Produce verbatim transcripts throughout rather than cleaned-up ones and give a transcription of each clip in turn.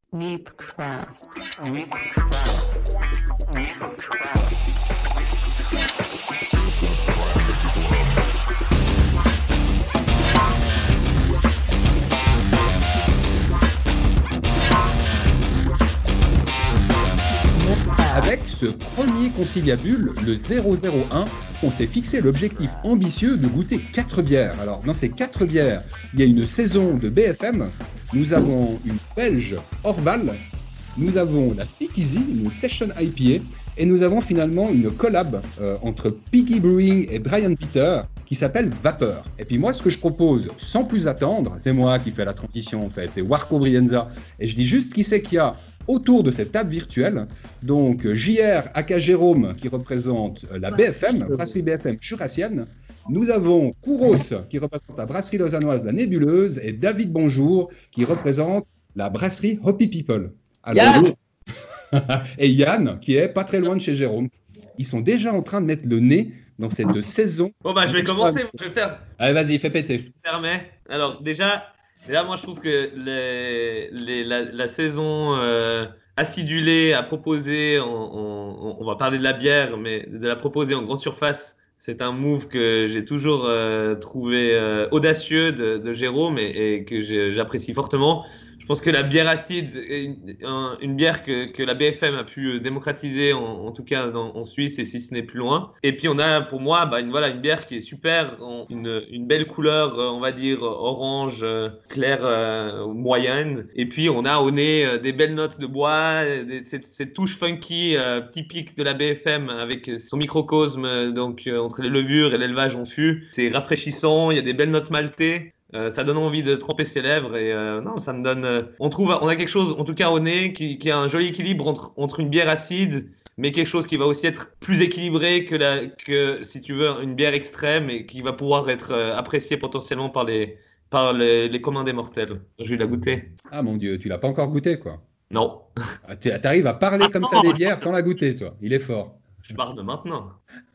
Neepcraft. Neepcraft. Neepcraft. Avec ce premier conciliabule, le zéro zéro un, on s'est fixé l'objectif ambitieux de goûter quatre bières. Alors, dans ces quatre bières, il y a une saison de B F M, nous avons une belge Orval, nous avons la Speakeasy, une Session I P A, et nous avons finalement une collab euh, entre Piggy Brewing et Brian Peter qui s'appelle Vapeur. Et puis moi, ce que je propose, sans plus attendre, c'est moi qui fais la transition en fait, c'est Warco Brienza, et je dis juste qui c'est qu'il y a autour de cette table virtuelle. Donc J R aka Jérôme qui représente la B F M, brasserie B F M jurassienne. Nous avons Kouros qui représente la brasserie lausannoise La Nébuleuse et David Bonjour qui représente la brasserie Hoppy People. Alors, Yann et Yann qui est pas très loin de chez Jérôme. Ils sont déjà en train de mettre le nez dans cette saison. Bon bah je vais commencer, je vais faire. Allez vas-y, fais péter. Je permets. Alors déjà, déjà moi je trouve que les, les, la, la saison euh, acidulée à proposer, en, en, on va parler de la bière, mais de la proposer en grande surface, c'est un move que j'ai toujours euh, trouvé euh, audacieux de, de Jérôme et, et que j'apprécie fortement. Je pense que la bière acide est une, un, une bière que, que la B F M a pu démocratiser, en, en tout cas dans, en Suisse et si ce n'est plus loin. Et puis on a pour moi bah, une, voilà, une bière qui est super, en, une, une belle couleur, on va dire orange, euh, claire, euh, moyenne. Et puis on a au nez euh, des belles notes de bois, des, cette, cette touche funky euh, typique de la B F M avec son microcosme euh, donc, euh, entre les levures et l'élevage en fût. C'est rafraîchissant, il y a des belles notes maltées. Euh, ça donne envie de tremper ses lèvres et euh, non, ça me donne. Euh, on trouve, on a quelque chose, en tout cas au nez, qui, qui a un joli équilibre entre, entre une bière acide, mais quelque chose qui va aussi être plus équilibré que, la, que si tu veux, une bière extrême et qui va pouvoir être euh, appréciée potentiellement par les, par les, les communs des mortels. Je vais la goûter. Ah mon Dieu, tu l'as pas encore goûté quoi. Non. Ah, tu arrives à parler ah, comme non, ça des bières sans la goûter, toi. Il est fort. Je parle de maintenant.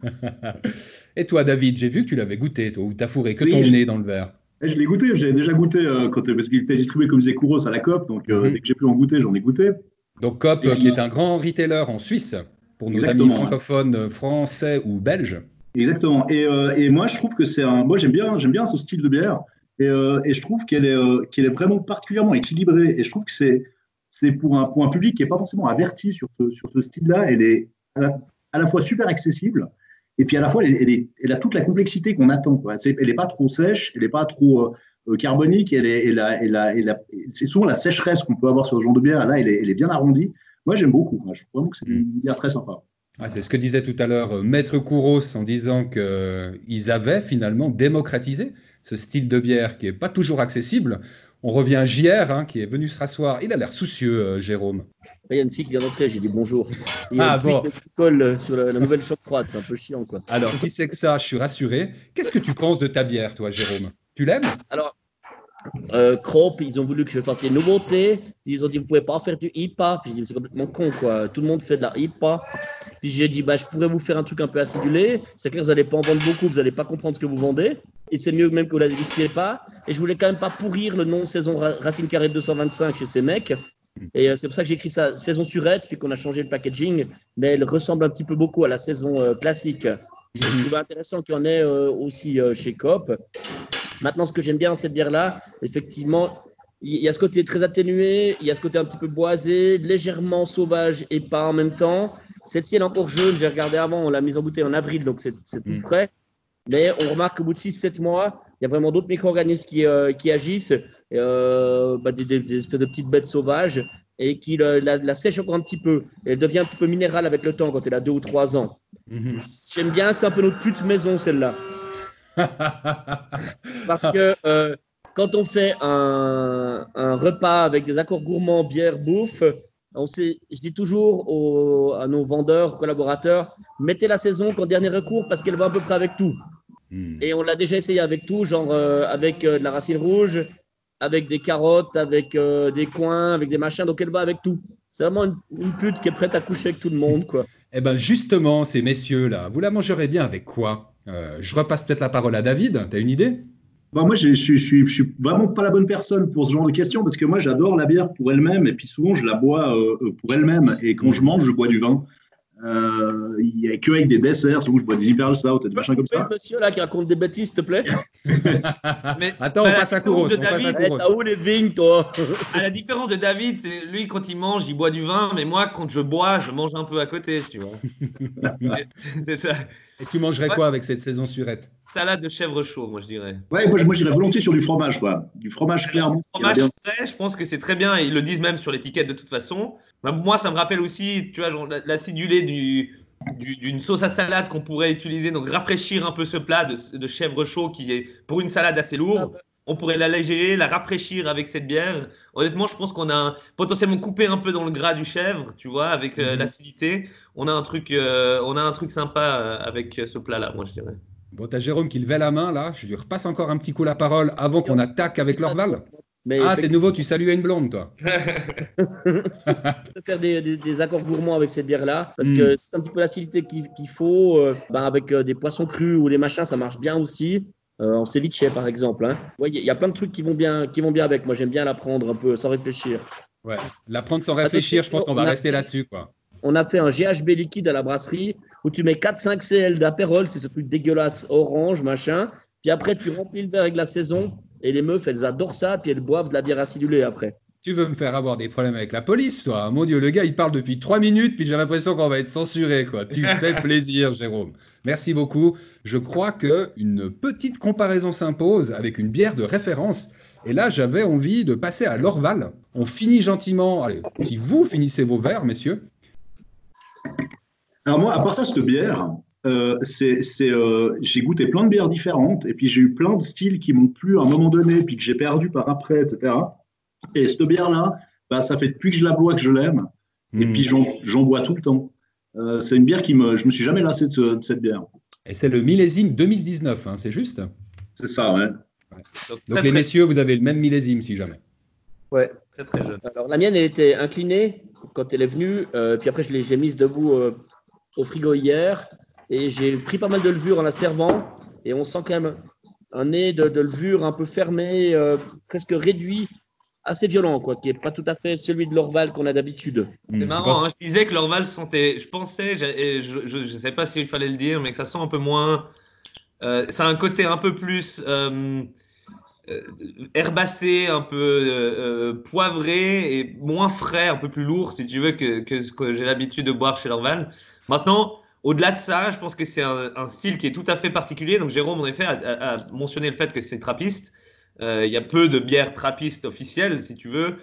Et toi, David, j'ai vu que tu l'avais goûté, toi, ou t'as fourré que oui, ton je... nez dans le verre. Je l'ai goûté, je l'ai déjà goûté euh, quand, parce qu'il était distribué comme disait Kouros à la COP, donc euh, mm-hmm. dès que j'ai pu en goûter, j'en ai goûté. Donc COP, puis, qui est un grand retailer en Suisse, pour nos amis francophones ouais. français ou belges. Exactement, et, euh, et moi je trouve que c'est un... Moi j'aime bien, j'aime bien ce style de bière, et, euh, et je trouve qu'elle est, euh, qu'elle est vraiment particulièrement équilibrée, et je trouve que c'est, c'est pour, un, pour un public qui n'est pas forcément averti sur ce, sur ce style-là, elle est à la, à la fois super accessible, et puis à la fois, elle, elle, est, elle a toute la complexité qu'on attend. Quoi. C'est, elle n'est pas trop sèche, elle n'est pas trop euh, carbonique, elle est, elle a, elle a, elle a, c'est souvent la sécheresse qu'on peut avoir sur ce genre de bière. Là, elle est, elle est bien arrondie. Moi, j'aime beaucoup. Moi, je trouve vraiment que c'est une bière très sympa. Ah, c'est ce que disait tout à l'heure euh, Maître Kouros en disant qu'ils euh, avaient finalement démocratisé ce style de bière qui n'est pas toujours accessible. On revient à J R, hein, qui est venu se rasseoir. Il a l'air soucieux, euh, Jérôme. Il y a une fille qui vient d'entrer, j'ai dit bonjour. Il y ah a une bon. fille qui colle sur la, la nouvelle choc froide, c'est un peu chiant, quoi. Alors, si c'est que ça, je suis rassuré. Qu'est-ce que tu penses de ta bière, toi, Jérôme? Tu l'aimes? Alors, euh, Krop, ils ont voulu que je fasse des nouveautés. Ils ont dit, vous ne pouvez pas faire du I P A. Puis j'ai dit, c'est complètement con, quoi. Tout le monde fait de la I P A. Puis j'ai dit, bah, je pourrais vous faire un truc un peu acidulé. C'est clair, vous n'allez pas en vendre beaucoup, vous n'allez pas comprendre ce que vous vendez. Et c'est mieux même que vous ne l'addiquiez pas. Et je voulais quand même pas pourrir le nom saison Racine Carrée deux cent vingt-cinq chez ces mecs. Et euh, c'est pour ça que j'ai écrit ça saison surette, puis qu'on a changé le packaging. Mais elle ressemble un petit peu beaucoup à la saison euh, classique. Je trouve intéressant qu'il y en ait euh, aussi euh, chez Coop. Maintenant, ce que j'aime bien dans cette bière-là, effectivement, il y a ce côté très atténué, il y a ce côté un petit peu boisé, légèrement sauvage et pas en même temps. Celle-ci, elle est encore jeune. J'ai regardé avant, on l'a mise en bouteille en avril, donc c'est, c'est tout frais. Mais on remarque qu'au bout de six sept mois, il y a vraiment d'autres micro-organismes qui, euh, qui agissent, euh, bah, des, des, des espèces de petites bêtes sauvages, et qui la, la, la sèchent encore un petit peu. Et elle devient un petit peu minérale avec le temps quand elle a deux ou trois ans. Mm-hmm. J'aime bien, c'est un peu notre pute maison, celle-là. Parce que euh, quand on fait un, un repas avec des accords gourmands, bière, bouffe, on sait, je dis toujours aux, à nos vendeurs, collaborateurs, mettez la saison qu'en dernier recours parce qu'elle va à peu près avec tout. Mm. Et on l'a déjà essayé avec tout, genre euh, avec euh, de la racine rouge, avec des carottes, avec euh, des coins, avec des machins, donc elle va avec tout. C'est vraiment une, une pute qui est prête à coucher avec tout le monde, quoi. Eh bien, justement, ces messieurs-là, vous la mangerez bien avec quoi? euh, Je repasse peut-être la parole à David. Tu as une idée? Bah moi, je je- je suis, je suis vraiment pas la bonne personne pour ce genre de questions parce que moi, j'adore la bière pour elle-même et puis souvent, je la bois euh, euh, pour elle-même. Et quand je mange, je bois du vin. Euh, Il n'y a que avec des desserts, souvent, je bois des Imperial Stout et des machins comme Oui, ça. monsieur là qui raconte des bêtises, s'il te plaît. Mais Attends, on à la passe à Kouros, différence de on passe à David, Eh, Kouros. T'as où les vignes, toi? À la différence de David, c'est- lui, quand il mange, il boit du vin, mais moi, quand je bois, je mange un peu à côté, tu vois. C'est- c'est ça. Et tu mangerais quoi avec cette saison surette? Salade de chèvre chaud, moi, je dirais. Ouais, moi, je- moi, j'irais volontiers sur du fromage, quoi. Du fromage clairement. Le ça irait fromage bien. frais, je pense que c'est très bien, et ils le disent même sur l'étiquette de toute façon. Bah, moi, ça me rappelle aussi, tu vois, genre, la- l'acidulé du, du- d'une sauce à salade qu'on pourrait utiliser, donc rafraîchir un peu ce plat de, de chèvre chaud qui est pour une salade assez lourde. On pourrait l'alléger, la rafraîchir avec cette bière. Honnêtement, je pense qu'on a un- potentiellement coupé un peu dans le gras du chèvre, tu vois, avec euh, Mhm. l'acidité. On a un truc, euh, on a un truc sympa euh, avec ce plat-là, moi, je dirais. Bon, t'as Jérôme qui levait la main là, je lui repasse encore un petit coup la parole avant qu'on attaque avec l'Orval. Mais Ah, c'est nouveau, tu saluais une blonde, toi. Je peux faire des, des- des accords gourmands avec cette bière-là parce Mm. que c'est un petit peu l'acidité qu'il qu'il faut. euh, ben, avec euh, des poissons crus ou des machins, ça marche bien aussi. Euh, en ceviche, par exemple. hein. Ouais, Il y, a- il y a plein de trucs qui vont bien, qui vont bien avec. Moi, j'aime bien la prendre un peu sans réfléchir. Ouais. La prendre sans réfléchir, je pense qu'on va On a- rester là-dessus, quoi. On a fait un G H B liquide à la brasserie où tu mets quatre cinq centilitres d'apérole, c'est ce truc dégueulasse orange, machin. Puis après, tu remplis le verre avec la saison et les meufs, elles adorent ça, puis elles boivent de la bière acidulée après. Tu veux me faire avoir des problèmes avec la police, toi? Mon Dieu, le gars, il parle depuis trois minutes, puis j'ai l'impression qu'on va être censuré, quoi. Tu fais plaisir, Jérôme. Merci beaucoup. Je crois qu'une petite comparaison s'impose avec une bière de référence. Et là, j'avais envie de passer à l'Orval. On finit gentiment. Allez, si vous finissez vos verres, messieurs. Alors moi, à part ça, cette bière, euh, c'est, c'est, euh, j'ai goûté plein de bières différentes et puis j'ai eu plein de styles qui m'ont plu à un moment donné puis que j'ai perdu par après, et cetera. Et cette bière-là, bah, ça fait depuis que je la bois que je l'aime et Mm. puis j'en, j'en bois tout le temps. Euh, c'est une bière qui me, je me suis jamais lassé de, ce- de cette bière. Et c'est le millésime deux mille dix-neuf, hein, c'est juste? C'est ça, ouais. Donc, Donc très, les très, messieurs, vous avez le même millésime, si jamais. Ouais. très, très jeune. Alors, la mienne, elle était inclinée quand elle est venue. euh, puis après, je l'ai j'ai mise debout euh, au frigo hier. Et j'ai pris pas mal de levure en la servant. Et on sent quand même un nez de, de levure un peu fermé, euh, presque réduit, assez violent, quoi, qui n'est pas tout à fait celui de l'Orval qu'on a d'habitude. Mm. C'est Tu marrant, penses- hein, je disais que l'Orval sentait. Je pensais, j'ai- et je ne sais pas s'il fallait le dire, mais que ça sent un peu moins. Euh, ça a un côté un peu plus euh, euh, herbacé, un peu euh, euh, poivré et moins frais, un peu plus lourd, si tu veux, que, que ce que j'ai l'habitude de boire chez l'Orval. Maintenant, au-delà de ça, je pense que c'est un, un style qui est tout à fait particulier. Donc, Jérôme, en effet, a, a- a mentionné le fait que c'est trappiste. Euh, Il y a peu de bières trappistes officielles, si tu veux.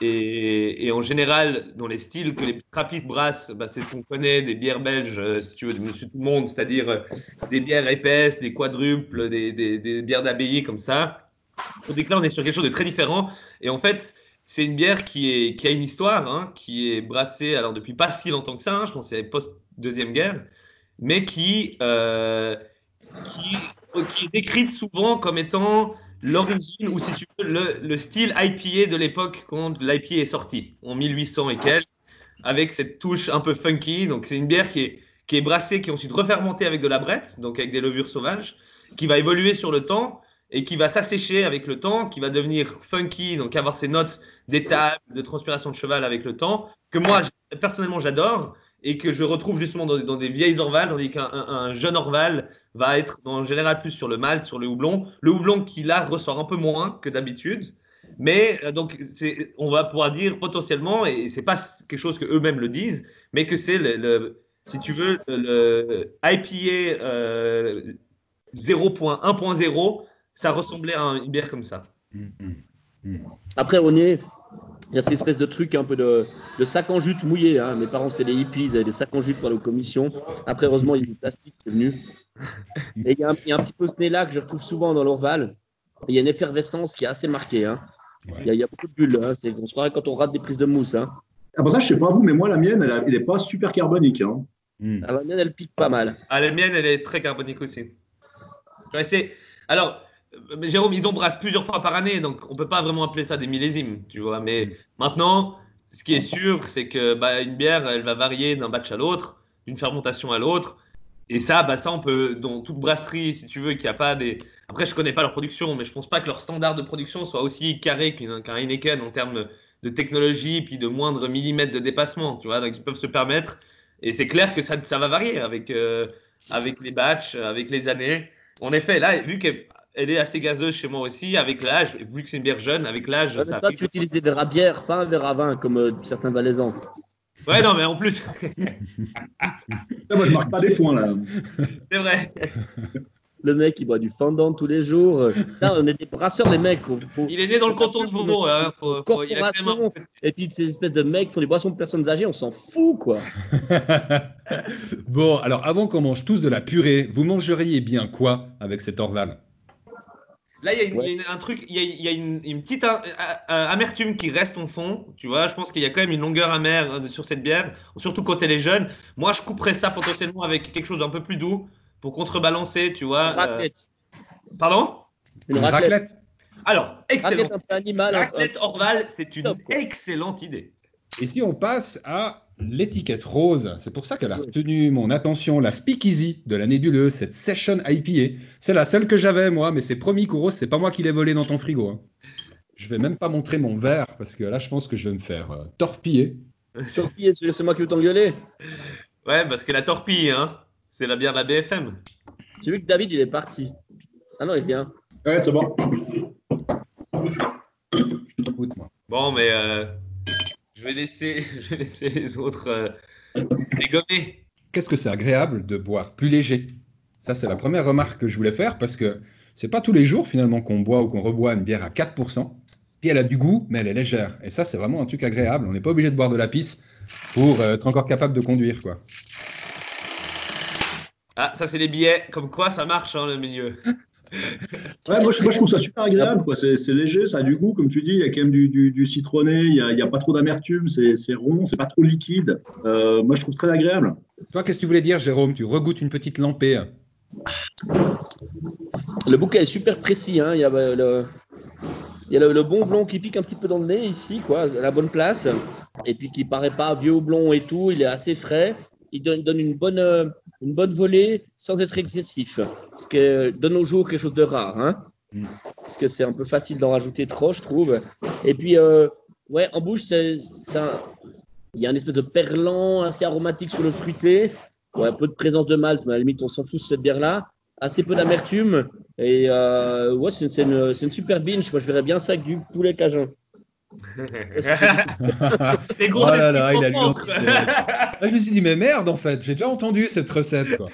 Et, et en général, dans les styles que les trappistes brassent, bah, c'est ce qu'on connaît des bières belges, euh, si tu veux, de Monsieur Tout le Monde, c'est-à-dire euh, des bières épaisses, des quadruples, des, des- des bières d'abbaye comme ça. Tandis que là, on est sur quelque chose de très différent. Et en fait, c'est une bière qui, est, qui a une histoire, hein, qui est brassée alors depuis pas si longtemps que ça, hein, je pense que c'est post-deuxième guerre, mais qui, euh, qui, qui est décrite souvent comme étant l'origine, ou si tu veux, le, le style I P A de l'époque quand l'I P A est sorti, en mille huit cents et quelques, avec cette touche un peu funky. Donc c'est une bière qui est, qui est brassée, qui est ensuite refermentée avec de la brette, donc avec des levures sauvages, qui va évoluer sur le temps et qui va s'assécher avec le temps, qui va devenir funky, donc avoir ces notes d'étable, de transpiration de cheval avec le temps, que moi, j- personnellement, j'adore, et que je retrouve justement dans, dans des vieilles Orval, tandis qu'un un, un jeune Orval va être en général plus sur le malt, sur le houblon. Le houblon qui, là, ressort un peu moins que d'habitude. Mais euh, donc, c'est, on va pouvoir dire potentiellement, et c'est pas quelque chose que eux-mêmes le disent, mais que c'est le, le- si tu veux, le, le I P A euh, zéro point un point zéro, ça ressemblait à une bière comme ça. Mm, mm, mm. Après, on y est. Il y a cette espèce de truc un peu de, de sac en jute mouillé. Hein. Mes parents, c'était des hippies, ils avaient des sacs en jute pour aller aux commissions. Après, heureusement, il y a du plastique qui est venu. Et il y a un, il y a un petit peu ce nez-là que je retrouve souvent dans l'Orval. Il y a une effervescence qui est assez marquée. Hein. Il, y a, il y a beaucoup de bulles. Hein. C'est, on se croirait quand on rate des prises de mousse. Hein. Ah, pour ça, je sais pas vous, mais moi, la mienne, elle, a- elle est pas super carbonique. Hein. Mm. Ah, la mienne, elle pique pas mal. Ah, la mienne, elle est très carbonique aussi. Ouais, c'est... Alors, euh, Jérôme, ils embrassent plusieurs fois par année, donc on peut pas vraiment appeler ça des millésimes, tu vois. Mais maintenant, ce qui est sûr, c'est que bah, une bière, elle va varier d'un batch à l'autre, d'une fermentation à l'autre. Et ça, bah, ça, on peut, dans toute brasserie, si tu veux, qu'il n'y a pas des... Après, je connais pas leur production, mais je pense pas que leur standard de production soit aussi carré qu'un qu'un Heineken en termes de, de technologie, puis de moindre millimètre de dépassement, tu vois. Donc, ils peuvent se permettre. Et c'est clair que ça, ça va varier avec, euh, avec les batchs, avec les années. En effet, là, vu qu'elle elle est assez gazeuse chez moi aussi, avec l'âge, vu que c'est une bière jeune, avec l'âge, Ouais, ça toi, fait tu utilises des verres à bière, pas un verre à vin comme euh, certains valaisans. Ouais, non, mais en plus, Là, moi, je marque pas des points, là. c'est vrai. Le mec, il boit du fondant tous les jours. Là, on est des brasseurs, les mecs. Faut, faut... Il est né dans le canton de Vaud. Hein. Faut, faut, il a quand même un- Corporation. Et puis, ces espèces de mecs qui font des boissons de personnes âgées, on s'en fout, quoi. Bon, alors avant qu'on mange tous de la purée, vous mangeriez bien quoi avec cet Orval? Là, il y a, une- Ouais. il y a une- un truc, il y a, il y a une, une petite a- a- amertume qui reste au fond. Tu vois, je pense qu'il y a quand même une longueur amère euh, sur cette bière, surtout quand elle est jeune. Moi, je couperais ça potentiellement avec quelque chose d'un peu plus doux pour contrebalancer, tu vois. Une euh, raclette. Pardon? Une Une raclette. raclette? Alors, excellent. Raclette un peu animale. un- Raclette Orval, c'est une Top. excellente idée. Et si on passe à l'étiquette rose, c'est pour ça qu'elle a retenu mon attention, la Speakeasy de la nébuleuse, cette Session I P A. C'est la seule que j'avais, moi, mais c'est promis, Kouros, c'est pas moi qui l'ai volé dans ton frigo. Hein. Je vais même pas montrer mon verre, parce que là, je pense que je vais me faire euh, torpiller. Sophie, c'est moi qui veux t'engueuler. Ouais, parce que la torpille, hein, c'est la bière de la B F M. J'ai vu que David, il est parti. Ah non, il vient. Ouais, c'est bon. Écoute, moi. Bon, mais euh, je, vais laisser, je vais laisser les autres euh, dégommer. Qu'est-ce que c'est agréable de boire plus léger. Ça, c'est la première remarque que je voulais faire, parce que c'est pas tous les jours, finalement, qu'on boit ou qu'on reboit une bière à quatre pour cent. Puis elle a du goût, mais elle est légère. Et ça, c'est vraiment un truc agréable. On n'est pas obligé de boire de la pisse pour euh, être encore capable de conduire, quoi. Ah, ça, c'est les billets. Comme quoi, ça marche, hein, le milieu. Ouais, moi, je, moi, je trouve ça super agréable, quoi. C'est c'est léger, ça a du goût, comme tu dis. Il y a quand même du, du, du citronné, il n'y a, il y a pas trop d'amertume, c'est c'est rond, c'est pas trop liquide. Euh, moi, je trouve très agréable. Toi, qu'est-ce que tu voulais dire, Jérôme? Tu regoutes une petite lampée. Le bouquet est super précis. Hein. Il y a, euh, le, il y a le, le bon blond qui pique un petit peu dans le nez ici, quoi, à la bonne place. Et puis qui paraît pas vieux ou blond et tout. Il est assez frais. Il donne, donne une, bonne, euh, une bonne volée sans être excessif. Ce qui est de nos jours quelque chose de rare. Hein. Mm. Parce que c'est un peu facile d'en rajouter trop, je trouve. Et puis, euh, ouais, en bouche, c'est, c'est un- il y a une espèce de perlant assez aromatique sur le fruité. Ouais, un peu de présence de malt, mais à la limite, on s'en fout de cette bière-là. Assez peu d'amertume. Et euh, ouais, c'est, c'est, une, c'est une super binge. Moi, je verrais bien ça avec du poulet cajun. Les gros Oh là là, il a lu esprits l'anticipation. Là, je me suis dit, mais merde, en fait, j'ai déjà entendu cette recette, quoi.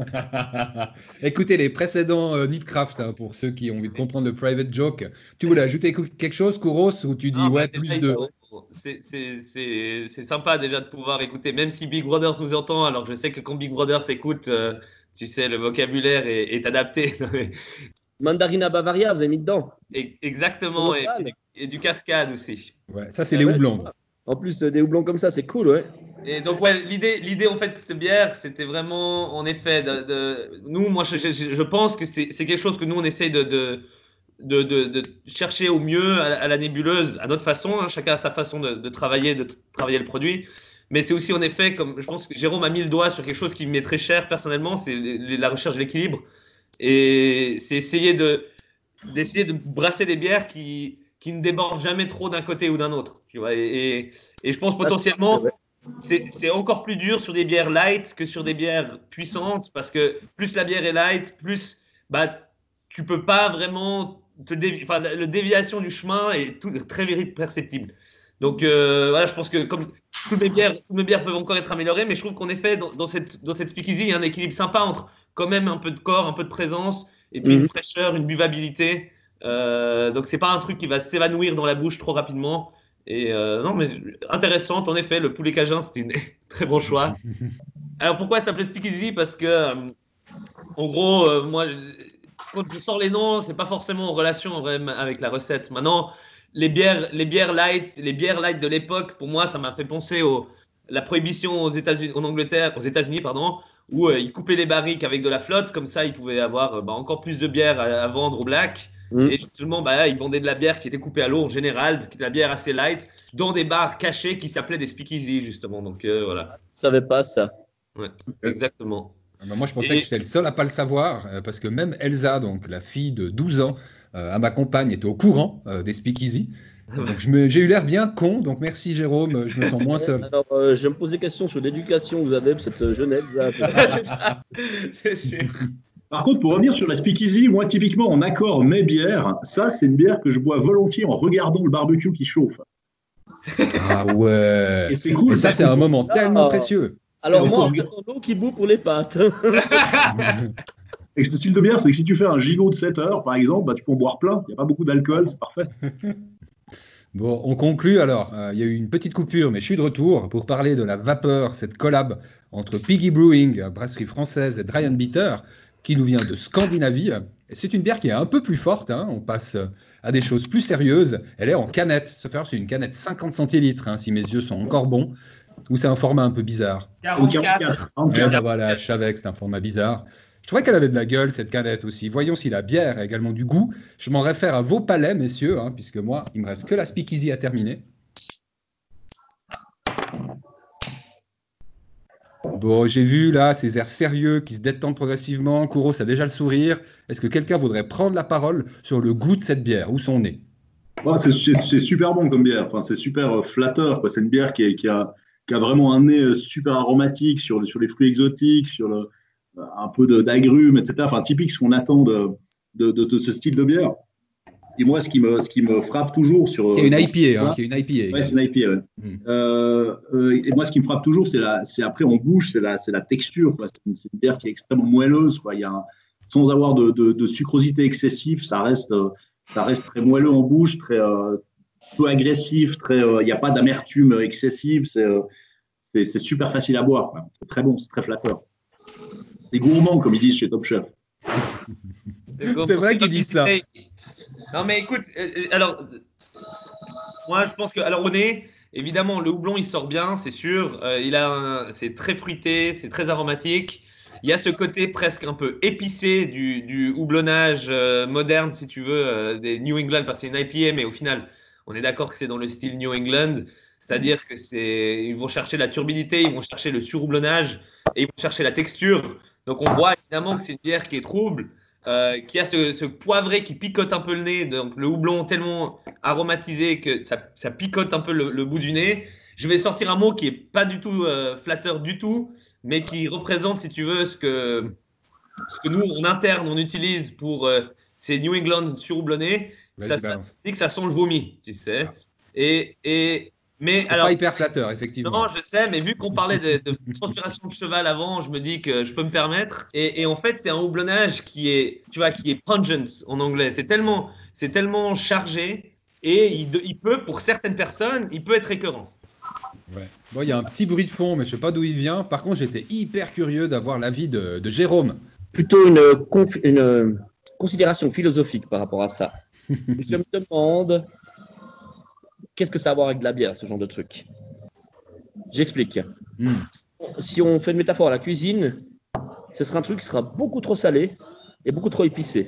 Écoutez les précédents euh, Nipcraft, hein, pour ceux qui ont envie de comprendre le private joke. Tu voulais ajouter cou- quelque chose, Kouros, ou tu dis, Ah, ouais, bah, plus déjà, de... il faut- C'est c'est- c'est- c'est sympa déjà de pouvoir écouter, même si Big Brother nous entend. Alors je sais que quand Big Brother s'écoute, euh, tu sais, le vocabulaire est, est adapté. Mandarina Bavaria, vous avez mis dedans. Et- Exactement. Comment Et, ça, mec et du cascade aussi. Ouais, ça, c'est Ah les ouais, houblons. En plus, euh, des houblons comme ça, c'est cool, ouais. Et donc, ouais, l'idée, l'idée en fait, de cette bière, c'était vraiment, en effet, de, de- nous, moi, je, je- je pense que c'est c'est quelque chose que nous, on essaye de, de, de, de- de chercher au mieux à, à la nébuleuse, à notre façon. Hein, chacun a sa façon de, de travailler, de t- travailler le produit. Mais c'est aussi, en effet, comme je pense que Jérôme a mis le doigt sur quelque chose qui m'est très cher personnellement, c'est les- les- la recherche de l'équilibre. Et c'est essayer de, d'essayer de brasser des bières qui, qui ne débordent jamais trop d'un côté ou d'un autre. Tu vois, et, et, et je pense potentiellement. Ouais. C'est c'est encore plus dur sur des bières light que sur des bières puissantes parce que plus la bière est light, plus bah, tu peux pas vraiment te dévi- enfin, la, la déviation du chemin est tout, très vite perceptible. Donc euh, voilà, je pense que comme toutes mes bières, toutes mes bières peuvent encore être améliorées, mais je trouve qu'en effet dans, dans cette dans cette speakeasy il y a un équilibre sympa entre quand même un peu de corps, un peu de présence et puis Mhm. une fraîcheur, une buvabilité. Euh, donc c'est pas un truc qui va s'évanouir dans la bouche trop rapidement. Et euh, non, mais intéressante, en effet, le poulet cajun, c'était un très bon choix. Alors pourquoi ça s'appelait Speakeasy? Parce que, euh, en gros, euh, moi, quand je sors les noms, c'est pas forcément en relation en vrai, avec la recette. Maintenant, les bières, les bières light, les bières light de l'époque, pour moi, ça m'a fait penser au la prohibition aux États-Unis, en Angleterre, aux États-Unis, pardon, où euh, ils coupaient les barriques avec de la flotte, comme ça, ils pouvaient avoir euh, bah, encore plus de bière à, à vendre au black. Mm. Et justement, bah, ils vendaient de la bière qui était coupée à l'eau en général, qui était de la bière assez light, dans des bars cachés qui s'appelaient des speakeasy, justement. Donc euh, voilà, Je savais pas ça. ouais, exactement. Ah bah moi, je pensais Et- que j'étais le seul à pas le savoir, euh, parce que même Elsa, donc la fille de douze ans, euh, à ma compagne, était au courant euh, des speakeasy. Euh, donc je me- j'ai eu l'air bien con, donc merci Jérôme, euh, je me sens moins seul. Alors, euh, je me pose des questions sur l'éducation que vous avez pour cette euh, jeunesse. là. c'est ça, c'est sûr. Par contre, pour revenir sur la speakeasy, moi, typiquement, en accord mes bières, ça, c'est une bière que je bois volontiers en regardant le barbecue qui chauffe. Ah ouais. Et c'est cool. Et ça, parce c'est que- un moment Ah. tellement précieux. Alors, Et moi, on en peut- attendant qui bout pour les pâtes. Avec ce style de bière, c'est que si tu fais un gigot de sept heures, par exemple, bah, tu peux en boire plein. Il n'y a pas beaucoup d'alcool, c'est parfait. Bon, on conclut alors. Euh, Il y a eu une petite coupure, mais je suis de retour pour parler de la vapeur, cette collab entre Piggy Brewing, euh, brasserie française, et Dry and Bitter, qui nous vient de Scandinavie. Et c'est une bière qui est un peu plus forte, hein. On passe euh, à des choses plus sérieuses. Elle est en canette. Ça fait c'est une canette cinquante centilitres, hein, si mes yeux sont encore bons. Ou c'est un format un peu bizarre. quarante-quatre. Eh ben quarante-quatre. voilà, je savais que c'était un format bizarre. Je trouvais qu'elle avait de la gueule, cette canette aussi. Voyons si la bière a également du goût. Je m'en réfère à vos palais, messieurs, hein, puisque moi, il me reste que la speakeasy à terminer. Bon, j'ai vu là ces airs sérieux qui se détendent progressivement. Kouros a déjà le sourire. Est-ce que quelqu'un voudrait prendre la parole sur le goût de cette bière? Où son nez? Ouais, c'est- c'est c'est super bon comme bière. Enfin, c'est super euh, flatteur, quoi. C'est une bière qui, est- qui a, qui a vraiment un nez euh, super aromatique sur, le- sur les fruits exotiques, sur le, un peu de- d'agrumes, et cetera. Enfin, typique ce qu'on attend de, de, de- de ce style de bière. Et moi, ce qui me, ce qui me frappe toujours sur. Qui est une I P A, hein, qui est une I P A. Ouais, également. c'est une I P A. Ouais. Mm. Euh, euh, et moi, ce qui me frappe toujours, c'est la, c'est après en bouche, c'est la, c'est la texture, quoi. C'est une, c'est une bière qui est extrêmement moelleuse, quoi. Il y a un- sans avoir de, de, de sucrosité excessive, ça reste, euh, ça reste très moelleux en bouche, très euh, peu agressif, très. euh, Il n'y a pas d'amertume excessive. C'est, euh, c'est, c'est super facile à boire, quoi. C'est très bon, c'est très flatteur. C'est gourmand, comme ils disent chez Top Chef. C'est vrai qu'ils disent ça. Non, mais écoute, euh, euh, alors, euh, moi, je pense que, alors, au nez, évidemment, le houblon, il sort bien, c'est sûr. Euh, il a, un- c'est très fruité, c'est très aromatique. Il y a ce côté presque un peu épicé du, du houblonnage euh, moderne, si tu veux, euh, des New England, parce que c'est une I P A, mais au final, on est d'accord que c'est dans le style New England. C'est-à-dire que c'est, ils vont chercher la turbidité, ils vont chercher le surhoublonnage et ils vont chercher la texture. Donc, on voit évidemment que c'est une bière qui est trouble. Euh, qui a ce, ce poivré qui picote un peu le nez, donc le houblon tellement aromatisé que ça, ça picote un peu le, le bout du nez. Je vais sortir un mot qui est pas du tout euh, flatteur du tout, mais qui représente, si tu veux, ce que, ce que nous, en interne, on utilise pour euh, ces New England surhoublonnés. Vas-y, Ça, ça balance. dit que ça sent le vomi, tu sais. Et, et, mais C'est alors, pas hyper flatteur, effectivement. non, je sais, mais vu qu'on parlait de, de transpiration de cheval avant, je me dis que je peux me permettre. Et, et en fait, c'est un houblonnage qui est, tu vois, qui est pungent en anglais. C'est tellement, c'est tellement chargé et il, de- il peut, pour certaines personnes, il peut être écœurant. Ouais. Bon, il y a un petit bruit de fond, mais je sais pas d'où il vient. Par contre, j'étais hyper curieux d'avoir l'avis de, de Jérôme. Plutôt une, conf- une euh, considération philosophique par rapport à ça. Je me demande qu'est-ce que ça a à voir avec de la bière, ce genre de truc. J'explique. Hmm. Si on fait une métaphore à la cuisine, ce sera un truc qui sera beaucoup trop salé et beaucoup trop épicé,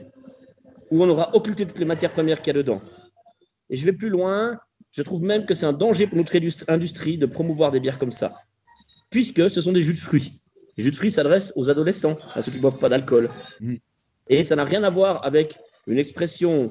où on aura occulté toutes les matières premières qu'il y a dedans. Et je vais plus loin, je trouve même que c'est un danger pour notre indust- industrie de promouvoir des bières comme ça, puisque ce sont des jus de fruits. Les jus de fruits s'adressent aux adolescents, à ceux qui ne boivent pas d'alcool. Mm. Et ça n'a rien à voir avec une expression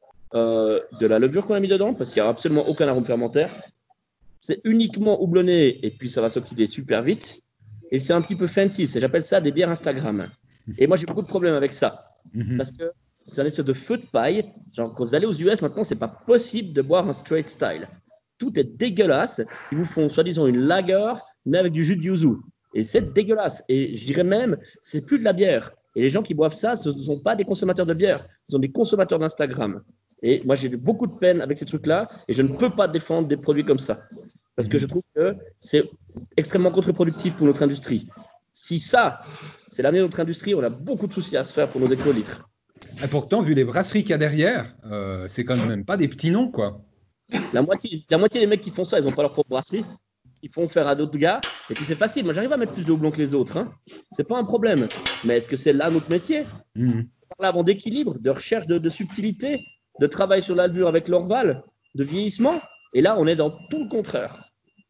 euh, de la levure qu'on a mis dedans, parce qu'il n'y a absolument aucun arôme fermentaire. C'est uniquement houblonné, et puis ça va s'oxyder super vite. Et c'est un petit peu fancy, c'est- j'appelle ça des bières Instagram. Et moi, j'ai beaucoup de problèmes avec ça, Mhm. parce que c'est un espèce de feu de paille. Genre, quand vous allez aux U S, maintenant, c'est pas possible de boire un straight style. Tout est dégueulasse. Ils vous font soi-disant une lager, mais avec du jus de yuzu. Et c'est dégueulasse. Et je dirais même, c'est plus de la bière. Et les gens qui boivent ça, ce ne sont pas des consommateurs de bière, ce sont des consommateurs d'Instagram. Et moi, j'ai eu beaucoup de peine avec ces trucs-là, et je ne peux pas défendre des produits comme ça. Parce que je trouve que c'est extrêmement contre-productif pour notre industrie. Si ça, c'est l'avenir de notre industrie, on a beaucoup de soucis à se faire pour nos hectolitres. Et pourtant, vu les brasseries qu'il y a derrière, euh, c'est quand même pas des petits noms, quoi. La moitié, la moitié des mecs qui font ça, ils n'ont pas leur propre brasserie. Ils font faire à d'autres gars. Et puis c'est facile. Moi, j'arrive à mettre plus de houblon que les autres. Hein. C'est pas un problème. Mais est-ce que c'est là notre métier? Mhm. On parle avant d'équilibre, de recherche de, de subtilité, de travail sur la levure avec l'orval, de vieillissement. Et là, on est dans tout le contraire.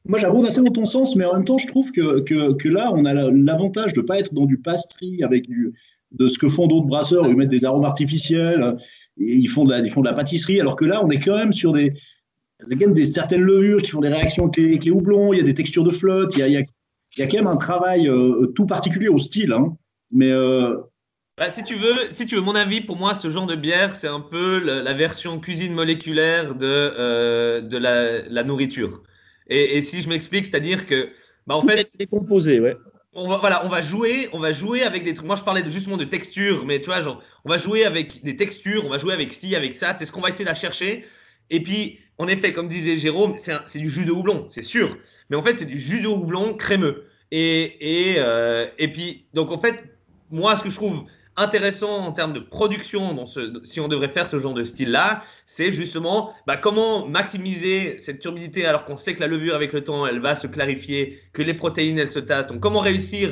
moi, j'abonde assez dans ton sens, mais en même temps, je trouve que, que, que là, on a la- l'avantage de ne pas être dans du pastry avec du, de ce que font d'autres brasseurs, où ils mettent des arômes artificiels, et ils font de la, ils font de la pâtisserie, alors que là, on est quand même sur des, il y a quand même des certaines levures qui font des réactions avec les, avec les houblons, il y a des textures de flotte, il y a, il y a, il y a quand même un travail euh, tout particulier au style. Hein. Mais euh, Bah, si tu veux, si tu veux mon avis, pour moi, ce genre de bière, c'est un peu le- la version cuisine moléculaire de, euh, de la, la nourriture. Et, et si je m'explique, c'est-à-dire que, bah, en Tout fait, est décomposé, ouais. on va, voilà, on va jouer, on va jouer avec des trucs. Moi, je parlais de- justement de texture, mais tu vois, genre, on va jouer avec des textures, on va jouer avec ci, avec ça. C'est ce qu'on va essayer de la chercher. Et puis, en effet, comme disait Jérôme, c'est un- c'est du jus de houblon, c'est sûr. Mais en fait, c'est du jus de houblon crémeux. Et, et, euh, et puis, donc en fait, moi, ce que je trouve intéressant en termes de production, dans ce, si on devrait faire ce genre de style-là, c'est justement bah, comment maximiser cette turbidité alors qu'on sait que la levure, avec le temps, elle va se clarifier, que les protéines, elles se tassent. Donc, comment réussir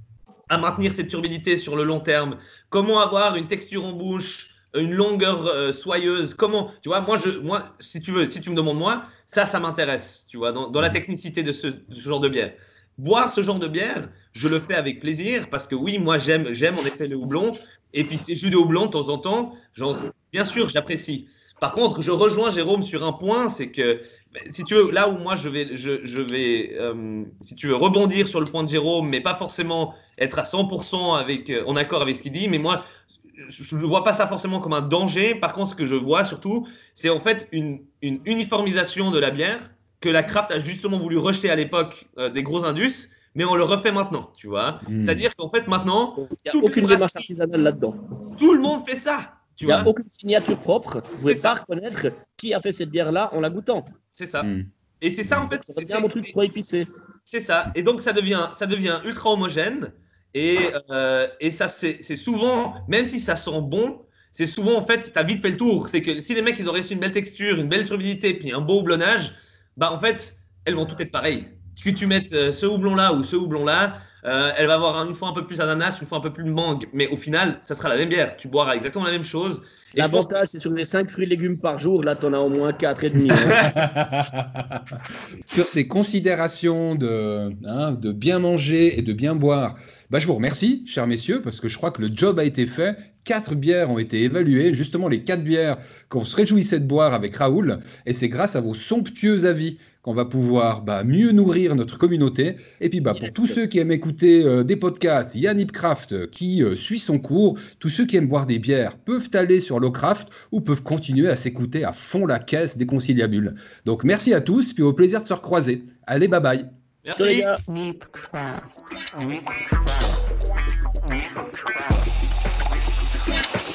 à maintenir cette turbidité sur le long terme? Comment avoir une texture en bouche, une longueur euh, soyeuse? Comment, tu vois, moi, je, moi, si tu veux, si tu me demandes moi, ça, ça m'intéresse, tu vois, dans, dans la technicité de ce, de ce genre de bière. Boire ce genre de bière, je le fais avec plaisir parce que oui, moi, j'aime, j'aime en effet le houblon. Et puis, ces jus de houblon, de temps en temps, genre, bien sûr, j'apprécie. Par contre, je rejoins Jérôme sur un point, c'est que, si tu veux, là où moi, je vais, je, je vais euh, si tu veux, rebondir sur le point de Jérôme, mais pas forcément être à cent pour cent avec, euh, en accord avec ce qu'il dit, mais moi, je ne vois pas ça forcément comme un danger. Par contre, ce que je vois surtout, c'est en fait une, une uniformisation de la bière que la craft a justement voulu rejeter à l'époque euh, des gros indus, mais on le refait maintenant, tu vois. Mm. C'est-à-dire qu'en fait, maintenant, Il n'y a toutes aucune les démarche brasseries, artisanale là-dedans. tout le monde fait ça, tu Il n'y a vois. aucune signature propre. Vous ne pouvez C'est pas ça. reconnaître qui a fait cette bière-là en la goûtant. C'est ça. Mm. Et c'est ça, en fait, Ça c'est, devient mon truc c'est- trop épicé. c'est ça. Et donc, ça devient, ça devient ultra homogène. Et, euh, et ça, c'est, c'est souvent, même si ça sent bon, c'est souvent, en fait, tu as vite fait le tour. C'est que si les mecs, ils ont reçu une belle texture, une belle turbidité, puis un beau houblonnage, bah, en fait, elles vont toutes être pareilles. Que tu mettes euh, ce houblon-là ou ce houblon-là, euh, elle va avoir un- une fois un peu plus ananas, une fois un peu plus mangue. Mais au final, ça sera la même bière. Tu boiras exactement la même chose. Et je pense que- L'avantage, c'est sur les cinq fruits et légumes par jour, là, tu en as au moins quatre et demi. hein. Sur ces considérations de, hein, de bien manger et de bien boire, bah, je vous remercie, chers messieurs, parce que je crois que le job a été fait. Quatre bières ont été évaluées, justement les quatre bières qu'on se réjouissait de boire avec Raoul, et c'est grâce à vos somptueux avis qu'on va pouvoir bah, mieux nourrir notre communauté. Et puis bah, pour Yes. tous ceux qui aiment écouter euh, des podcasts, Yann Hipcraft euh, qui euh, suit son cours, tous ceux qui aiment boire des bières peuvent aller sur Locraft ou peuvent continuer à s'écouter à fond la caisse des conciliabules. Donc merci à tous, puis au plaisir de se recroiser. Allez, bye bye. Merci. Ciao, les gars. Neep craft. Neep craft. Neep craft.